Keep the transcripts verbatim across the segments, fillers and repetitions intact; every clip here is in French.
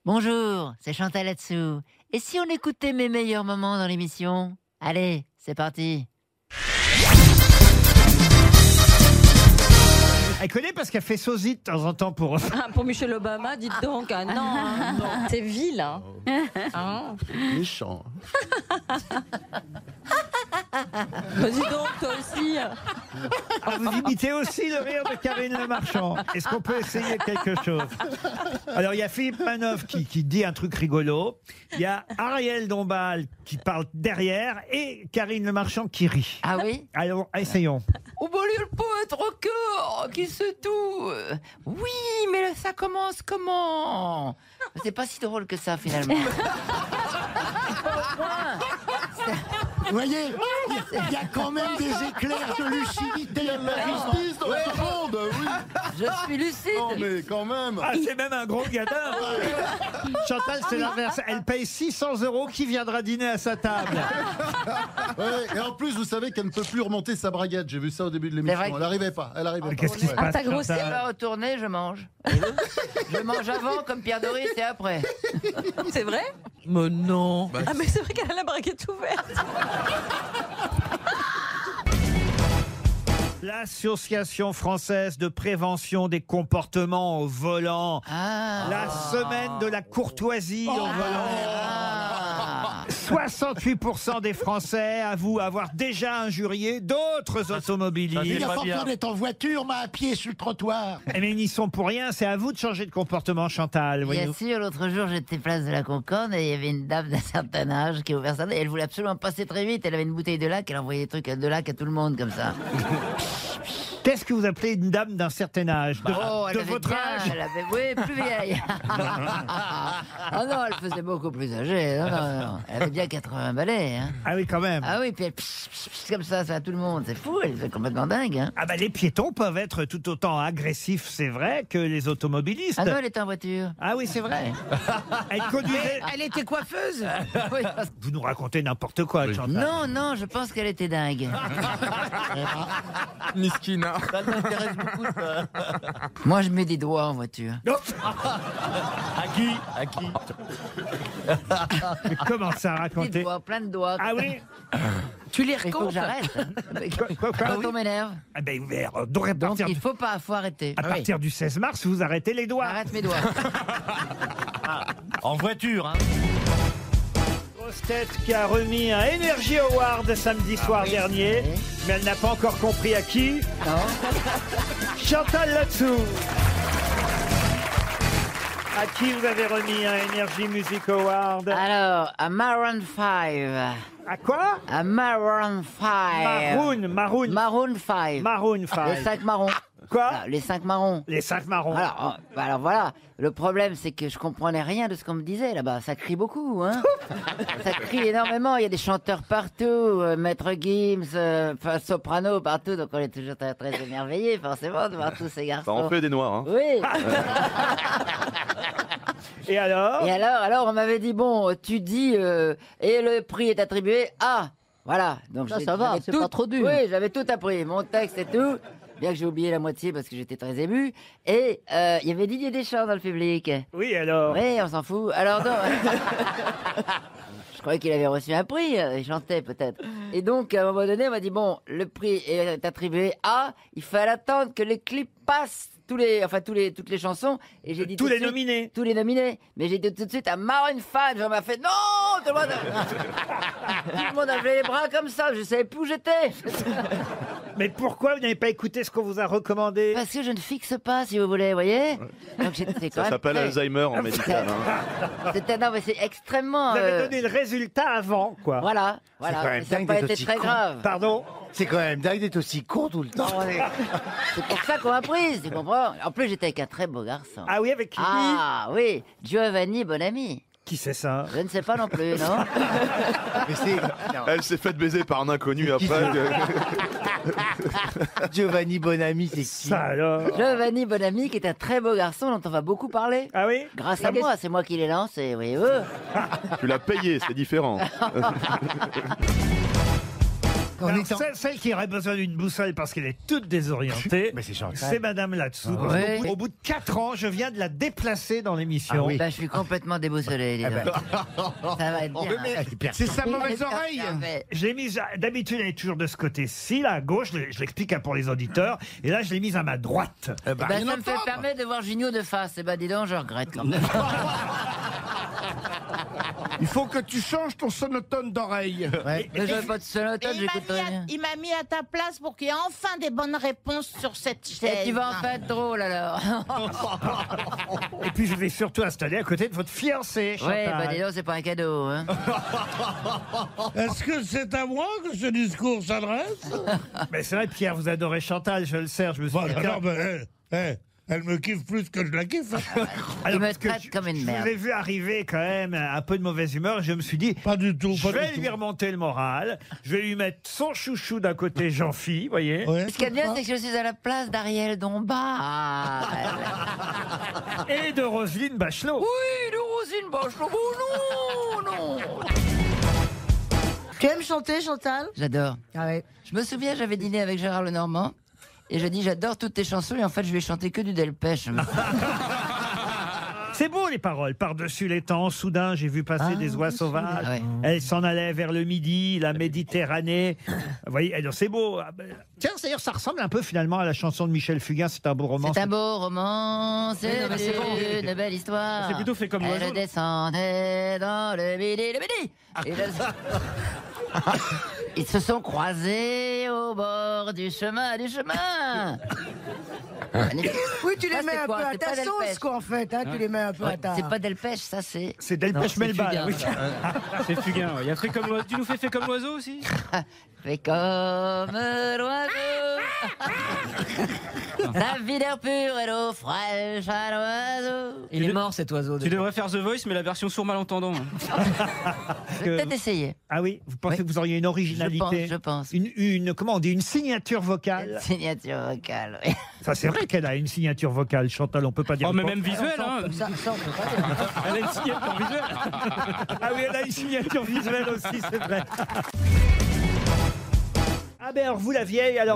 Bonjour, c'est Chantal là-dessous. Et si on écoutait mes meilleurs moments dans l'émission? Allez, c'est parti. Elle connaît parce qu'elle fait sosie de temps en temps pour... Ah, pour Michelle Obama, dites donc. Ah, non, hein, non. C'est vil. Hein. Hein. Méchant. Bah, dis donc, toi aussi. Ah, vous imitez aussi le rire de Karine Le Marchand. Est-ce qu'on peut essayer quelque chose? Alors, il y a Philippe Manoff qui, qui dit un truc rigolo. Il y a Ariel Dombal qui parle derrière et Karine Le Marchand qui rit. Ah oui? Alors, essayons. Oh bah lui, le poète rocker qui se tout. Oui, mais là, ça commence comment? C'est pas si drôle que ça, finalement. Vous voyez, il y a quand même des éclairs de lucidité. La justice dans ce monde, oui. Je suis lucide. Non, mais quand même. Ah, c'est même un gros gadin. Chantal, c'est l'inverse. Elle paye six cents euros. Qui viendra dîner à sa table? Ouais, et en plus, vous savez qu'elle ne peut plus remonter sa braguette. J'ai vu ça au début de l'émission. vrai Elle n'arrivait pas. Elle arrivait pas. Qu'est-ce qui se Ouais. passe, t'as grossi, Chantal? Je vais retourner, je mange. Et vous? Je mange avant, comme Pierre Doris, et après. C'est vrai? Mais non. Ah, mais c'est vrai qu'elle a la braguette ouverte. L'Association française de prévention des comportements au volant. Ah. La semaine de la courtoisie au volant. Ah. soixante-huit pour cent des Français avouent avoir déjà injurié d'autres Il automobilistes. n'y a pas besoin d'être en voiture, mais à pied sur le trottoir. Eh, Mais ils n'y sont pour rien, c'est à vous de changer de comportement, Chantal. Bien voyez-vous. sûr, l'autre jour, j'étais place de la Concorde et il y avait une dame d'un certain âge qui a ouvert sa et elle voulait absolument passer très vite. Elle avait une bouteille de lac, elle envoyait des trucs de lac à tout le monde comme ça. Qu'est-ce que vous appelez une dame d'un certain âge? De, Oh, elle de avait votre bien, âge? elle avait, oui, plus vieille. Ah non, elle faisait beaucoup plus âgée. Non, non, non. Elle avait bien quatre-vingts balais. Hein. Ah oui, quand même. Ah oui, puis elle pss, pss, pss, comme ça, ça à tout le monde. C'est fou, elle est complètement dingue. Hein. Ah bah les piétons peuvent être tout autant agressifs, c'est vrai, que les automobilistes. Ah non, elle était en voiture. Ah oui, c'est vrai. Elle conduisait... Elle était coiffeuse. Oui. Vous nous racontez n'importe quoi, Chantal. Non, non, je pense qu'elle était dingue. Miskina. Ça m'intéresse beaucoup, ça. Moi, je mets des doigts en voiture. Non. À qui À qui Mais comment ça Des raconter? doigts, plein de doigts. Ah oui. Tu les recomptes? Il faut que j'arrête. Quoi, quoi, quoi, Quand oui. on m'énerve. Ah ben, mais, euh, donc, à Donc, partir, il du- faut pas, faut arrêter. à partir du seize mars, vous arrêtez les doigts. Arrête mes doigts. En voiture, hein. Grosse tête qui a remis un Energy Award samedi soir dernier, oui. mais elle n'a pas encore compris à qui. Non. Chantal là-dessous. À qui vous avez remis un Energy Music Award? Alors, à Maroon five. À quoi? À Maroon five. Maroon, Maroon, Maroon five. Maroon Les five. cinq marrons. Quoi? Ah, les cinq marrons. Les cinq marrons. Alors, oh, bah alors voilà, le problème c'est que je comprenais rien de ce qu'on me disait là-bas. Ça crie beaucoup, hein. Ça crie énormément. Il y a des chanteurs partout, euh, Maître Gims, euh, enfin, soprano partout. Donc on est toujours très, très émerveillés forcément de voir tous ces garçons. Ça en fait des noirs, hein. Oui. Et alors? Et alors, alors on m'avait dit bon, tu dis euh, et le prix est attribué à. Voilà. Donc Ça, j'ai- ça va, j'avais c'est tout- pas trop dur. Oui, j'avais tout appris, mon texte et tout. Bien que j'ai oublié la moitié parce que j'étais très ému. Et euh, il y avait Didier Deschamps dans le public. Oui, alors? Oui, on s'en fout. Alors non. Je croyais qu'il avait reçu un prix. euh, Il chantait peut-être. Et donc, à un moment donné, on m'a dit bon, le prix est attribué à. Il fallait attendre que les clips passent. Tous les, enfin tous les, toutes les chansons. Et j'ai dit Tous tout de les suite- nominés. Tous les nominés. Mais j'ai dit tout de suite à Maroon five. On m'a fait non. Tout le monde. Tout le monde a levé les bras comme ça. Je savais plus où j'étais. Mais pourquoi vous n'avez pas écouté ce qu'on vous a recommandé? Parce que je ne fixe pas, si vous voulez, vous voyez. Donc j'étais quand Ça même s'appelle très- Alzheimer en médical, hein. C'était non, mais c'est extrêmement. Vous avez euh, donné le résultat avant, quoi. Voilà, quand voilà. même Et ça n'a dingue pas d'être été aussi très con. grave. Pardon? C'est quand même dingue d'être aussi con tout le temps. C'est pour ça qu'on m'a prise, tu comprends? En plus, j'étais avec un très beau garçon. Ah oui, avec qui? Ah oui, Giovanni Bonami. Qui c'est ça? Je ne sais pas non plus, non? Mais c'est Elle s'est faite baiser par un inconnu après. Giovanni Bonami, c'est qui? Ça alors? Giovanni Bonami, qui est un très beau garçon dont on va beaucoup parler. Ah oui? Grâce à moi, c'est moi qui l'ai lancé, voyez-vous. Tu l'as payé, c'est différent. On Alors, est en- celle, celle qui aurait besoin d'une boussole parce qu'elle est toute désorientée, Mais c'est Chantal. c'est Madame là-dessous. Ah ouais. Au, bout- au bout de quatre ans, je viens de la déplacer dans l'émission. Ah oui. Bah, je suis complètement déboussolé, dis donc. Ça va être bien. C'est sa mauvaise Il est oreille. parfait. Je l'ai mise, à- d'habitude elle est toujours de ce côté-ci, là à gauche, je l'ai- je l'explique hein, pour les auditeurs, et là je l'ai mise à ma droite. Eh ben, Bah, rien ça à me fait prendre. permettre de voir Junio de face. Et bah, dis donc, je regrette quand même. Il faut que tu changes ton sonotone d'oreille. Ouais. Mais j'avais pas de sonotone, Et il m'a j'écoute mis à- rien. il m'a mis à ta place pour qu'il y ait enfin des bonnes réponses sur cette chaise. Et tu vas en faire drôle alors. Et puis je vais surtout installer à côté de votre fiancé, Chantal. Ouais, bah dis donc, c'est pas un cadeau. Hein. Est-ce que c'est à moi que ce discours s'adresse? Mais c'est vrai, Pierre, vous adorez Chantal, je le sais, je me suis Bon, dit, alors, ben, eh, eh, elle me kiffe plus que je la kiffe. hein. alors, me parce que traite je- comme une je merde. vous ai vu arriver quand même un peu de mauvaise humeur, et je me suis dit, Pas du tout, je pas vais du lui tout. remonter le moral, je vais lui mettre son chouchou d'un côté, Jean-Phi, vous voyez. Ouais. Ce qui est bien, c'est que je suis à la place d'Ariel Dombas. Ah, Et de Roselyne Bachelot. oui, de Rosine Bachelot. Oh non, non. Tu aimes chanter, Chantal? J'adore. Ah ouais. Je me souviens, j'avais dîné avec Gérard Lenormand. Et je dis, j'adore toutes tes chansons. Et en fait, je lui ai chanté que du Delpech. C'est beau les paroles. Par-dessus les temps, soudain, j'ai vu passer Ah, des oies sauvages. ouais. Elles s'en allaient vers le midi, la Méditerranée. Vous voyez, alors, c'est beau. Ah, ben, Tiens, d'ailleurs, ça ressemble un peu finalement à la chanson de Michel Fugain. C'est un beau roman. C'est un beau roman, c'est non, mais c'est bon. une belle histoire. C'est plutôt fait comme l'oiseau, Elle là. descendait dans le midi, le midi. Et là- Ils se sont croisés au bord du chemin, du chemin. Magnifique. Oui, tu les Ça, mets c'est un quoi? peu à C'est ta pas sauce, Delpech. quoi, en fait. Hein, tu les mets un peu à ta... C'est pas Delpech, ça c'est. C'est Delpech Melba. Fugain. oui. C'est Fugain. ouais. Il y a fait comme l'oiseau. Tu nous fais fait comme l'oiseau aussi? Fais comme l'oiseau. La vie d'air pur et l'eau fraîche à l'oiseau. Il est mort cet oiseau. Tu devrais faire The Voice, mais la version sourd malentendant. Je vais peut-être essayer. Ah oui, vous pensez Oui. que vous auriez une originalité? Je pense, je pense. Une, une, comment on dit, une signature vocale. Signature vocale, oui. Ça, c'est vrai qu'elle a une signature vocale, Chantal, on peut pas dire. Oh, mais le même visuel, hein. Ça, ça, on peut pas dire. Elle a une signature visuelle. Ah oui, elle a une signature visuelle aussi, c'est vrai. Ah ben alors, vous la vieille, alors...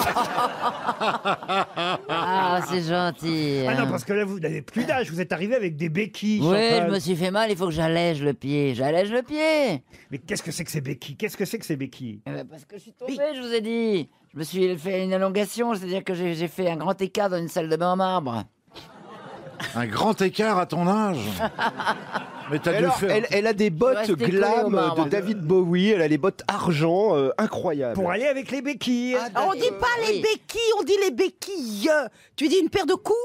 Ah, c'est gentil. Ah non, hein. parce que là, vous n'avez plus d'âge, vous êtes arrivé avec des béquilles, Oui, Chantal. je me suis fait mal, il faut que j'allège le pied. J'allège le pied. Mais qu'est-ce que c'est que ces béquilles? Qu'est-ce que c'est que ces béquilles? Eh ben, parce que je suis tombé, je vous ai dit. Je me suis fait une élongation, c'est-à-dire que j'ai j'ai fait un grand écart dans une salle de bain en marbre. Un grand écart à ton âge. Mais t'as dû Alors, faire. elle, elle a des Je bottes restais collé au glam marbre. de David Bowie, elle a les bottes argent euh, incroyables. Pour aller avec les béquilles. On dit pas les Oui. béquilles, on dit les béquilles. Tu dis une paire de coups?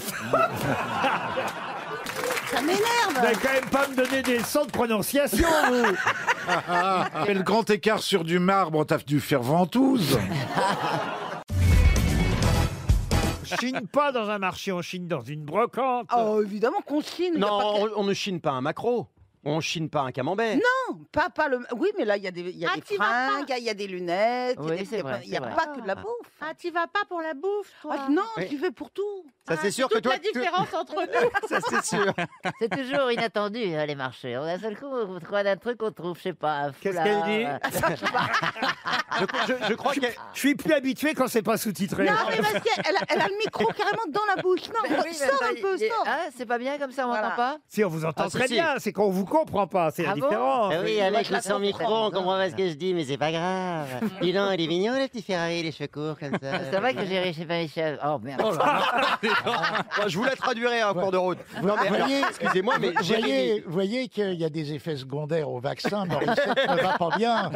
Ça Vous m'énerve. n'allez quand même pas me donner des leçons de prononciation, vous. Mais le grand écart sur du marbre, t'as dû faire ventouse. On chine pas dans un marché, on chine dans une brocante. Oh, évidemment qu'on chine. y a Non, pas que- on, on ne chine pas un maquereau. On chine pas un camembert. Non, pas, pas le. Oui, mais là, il y a des, il y a Ah, des tu vas pas. fringues, il y a des lunettes. il y a Oui, des- c'est vrai, Il n'y a c'est vrai. pas que de la bouffe. Ah, tu vas pas pour la bouffe, toi. Ah, non, Oui. tu fais pour tout. Ça, c'est Ah, sûr que toute toi. la différence entre nous. Ça, c'est sûr. C'est toujours inattendu, hein, les marchés. On a un seul coup, on trouve un truc, on trouve, je sais pas, un Qu'est-ce foulard, qu'elle dit euh, Je, je- je crois qu'elle. Je suis plus habitué quand c'est pas sous-titré. Non, mais parce qu'elle a, elle a le micro carrément dans la bouche. Non, Mais oui, mais sors attends, un peu, il- sors. Ah, c'est pas bien comme ça, on Voilà. m'entend pas? Si on vous entend Ah, si, très si. bien, c'est qu'on vous comprend pas, c'est la Ah bon différence. Eh oui, avec le sans micro, on comprend pas ce que je dis, mais c'est pas grave. Dis donc, il est mignon, le petit Ferrari, les cheveux courts comme ça. C'est vrai que j'ai ri chez Michel. Oh merde. Moi, je vous la traduirai en cours de route. Non, mais Vous alors, voyez- excusez-moi, mais Vous Jérémy. voyez, vous voyez qu'il y a des effets secondaires au vaccin, Morissette ne va pas bien.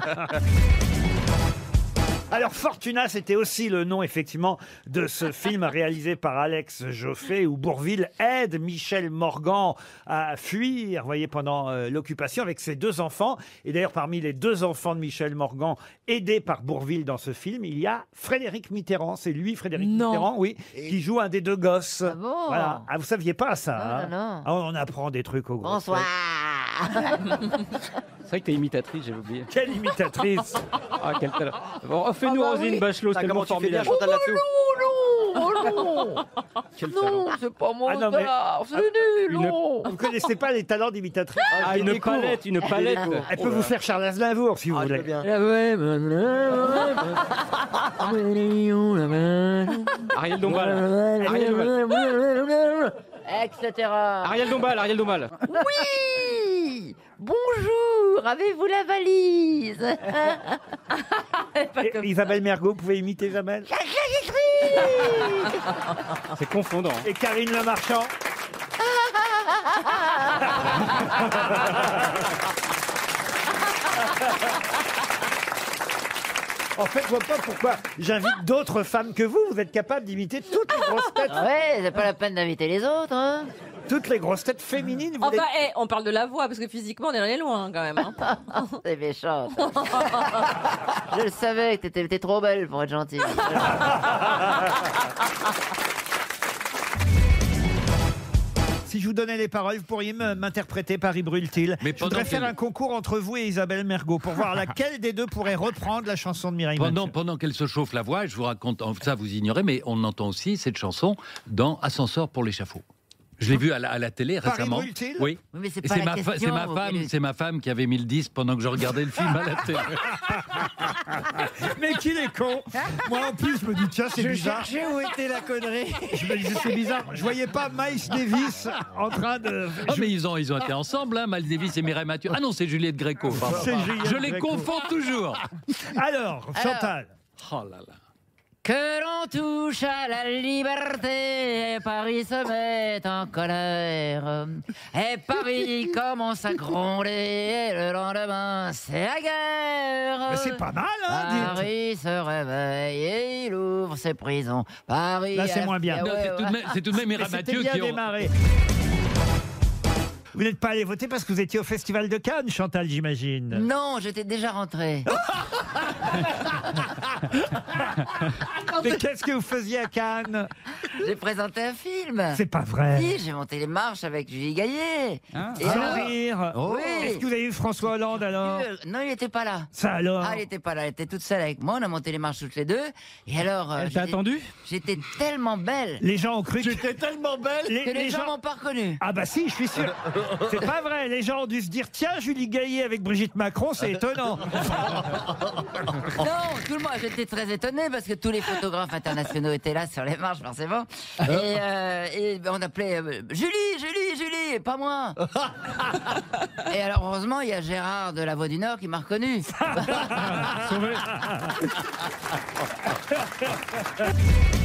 Alors Fortuna, c'était aussi le nom effectivement de ce film réalisé par Alex Joffé où Bourvil aide Michel Morgan à fuir, vous voyez, pendant euh, l'occupation avec ses deux enfants. Et d'ailleurs, parmi les deux enfants de Michel Morgan aidés par Bourvil dans ce film, il y a Frédéric Mitterrand. C'est lui, Frédéric Non. Mitterrand, oui, qui joue un des deux gosses. Ah bon Voilà. Ah, vous saviez pas ça Non, hein non, non. Ah, on apprend des trucs au gros. Bonsoir. C'est vrai que t'es imitatrice, j'avais oublié. Quelle imitatrice. Ah, quel talent. Bon, fais-nous Ah bah Roselyne oui. Bachelot, c'est Ah, tellement comment tu fais bien, formidable. Chantal là-dessous? Oh non, Quel non, talent. c'est pas mon Ah non, mais- star, c'est nul, Une- non. Vous connaissez pas les talents d'imitatrice? Ah, une palette, une palette. Elle peut vous faire Charles Aznavour si vous Ah, je voulez. veux bien. Ariel Dombal. Ariel Dombal. Etc. Ariel Dombal, Ariel Dombal. Oui. Bonjour, avez-vous la valise? Et Isabelle Mergo, vous pouvez imiter Isabelle? C'est confondant. Et Karine Le Marchand? En fait, je vois pas pourquoi j'invite d'autres femmes que vous. Vous êtes capable d'imiter toutes les grosses têtes, Ouais, c'est pas la peine d'inviter les autres, hein. toutes les grosses têtes féminines. Vous Enfin, êtes- eh, on parle de la voix, parce que physiquement, on est allé loin quand même. hein. C'est méchant. Je le savais que t'étais t'es trop belle pour être gentille. Si je vous donnais les paroles, vous pourriez me- m'interpréter, Paris brûle-t-il. Mais Je voudrais pendant faire qu'elle- un concours entre vous et Isabelle Mergo pour voir laquelle des deux pourrait reprendre la chanson de Mireille Pendant, Mathieu. pendant qu'elle se chauffe la voix, je vous raconte, ça vous ignorez, mais on entend aussi cette chanson dans Ascenseur pour l'échafaud. Je l'ai vu à la, à la télé Paris récemment. brûle-t-il? Oui. Oui, mais c'est Et pas la ma, fa- question. c'est ma vous femme, voulez- c'est ma femme qui avait mis le disque pendant que je regardais le film à la télé. Mais qu'il est con. Moi en plus, je me dis tiens, c'est Je bizarre. cherchais où était la connerie. Je me disais c'est bizarre. Je voyais pas Miles Davis en train de. Ah, mais ils ont, ils ont été ensemble, hein, Miles Davis et Mireille Mathieu. Ah non, c'est Juliette Gréco. pardon. C'est Juliette Je les Gréco. confonds toujours. Alors, Chantal. Oh là là. Que l'on touche à la liberté, Paris se met en colère. Et Paris commence à gronder, et le lendemain, c'est la guerre. Mais c'est pas mal, hein, dites. Paris se réveille et il ouvre ses prisons. Paris. Là, c'est a- moins bien. Ah Non, ouais, c'est, tout de ouais. même, c'est tout de même Mais Mireille c'était Mathieu bien qui ont... démarré. Vous n'êtes pas allé voter parce que vous étiez au Festival de Cannes, Chantal, j'imagine. Non, j'étais déjà rentré. Mais qu'est-ce que vous faisiez à Cannes? J'ai présenté un film. C'est pas vrai. Si, j'ai monté les marches avec Julie Gaillet. Et Sans alors rire. Oui. Est-ce que vous avez eu François Hollande alors? Euh, Non, il n'était pas là. Ça alors? Ah, elle était pas là, elle était toute seule avec moi, on a monté les marches toutes les deux. Et alors. euh, Elle t'a j'étais- attendu? J'étais tellement belle Les gens ont cru que... J'étais tellement belle. Les, que les, les gens gens... m'ont pas reconnu. Ah bah si, je suis sûr. C'est pas vrai. Les gens ont dû se dire tiens, Julie Gaillet avec Brigitte Macron, c'est étonnant. Non, tout le monde, j'étais très étonné parce que tous les photographes internationaux étaient là sur les marches, forcément. Et, euh, et on appelait euh, Julie, Julie, Julie, et pas moi. Et alors, heureusement, il y a Gérard de La Voix du Nord qui m'a reconnu. Sauvé.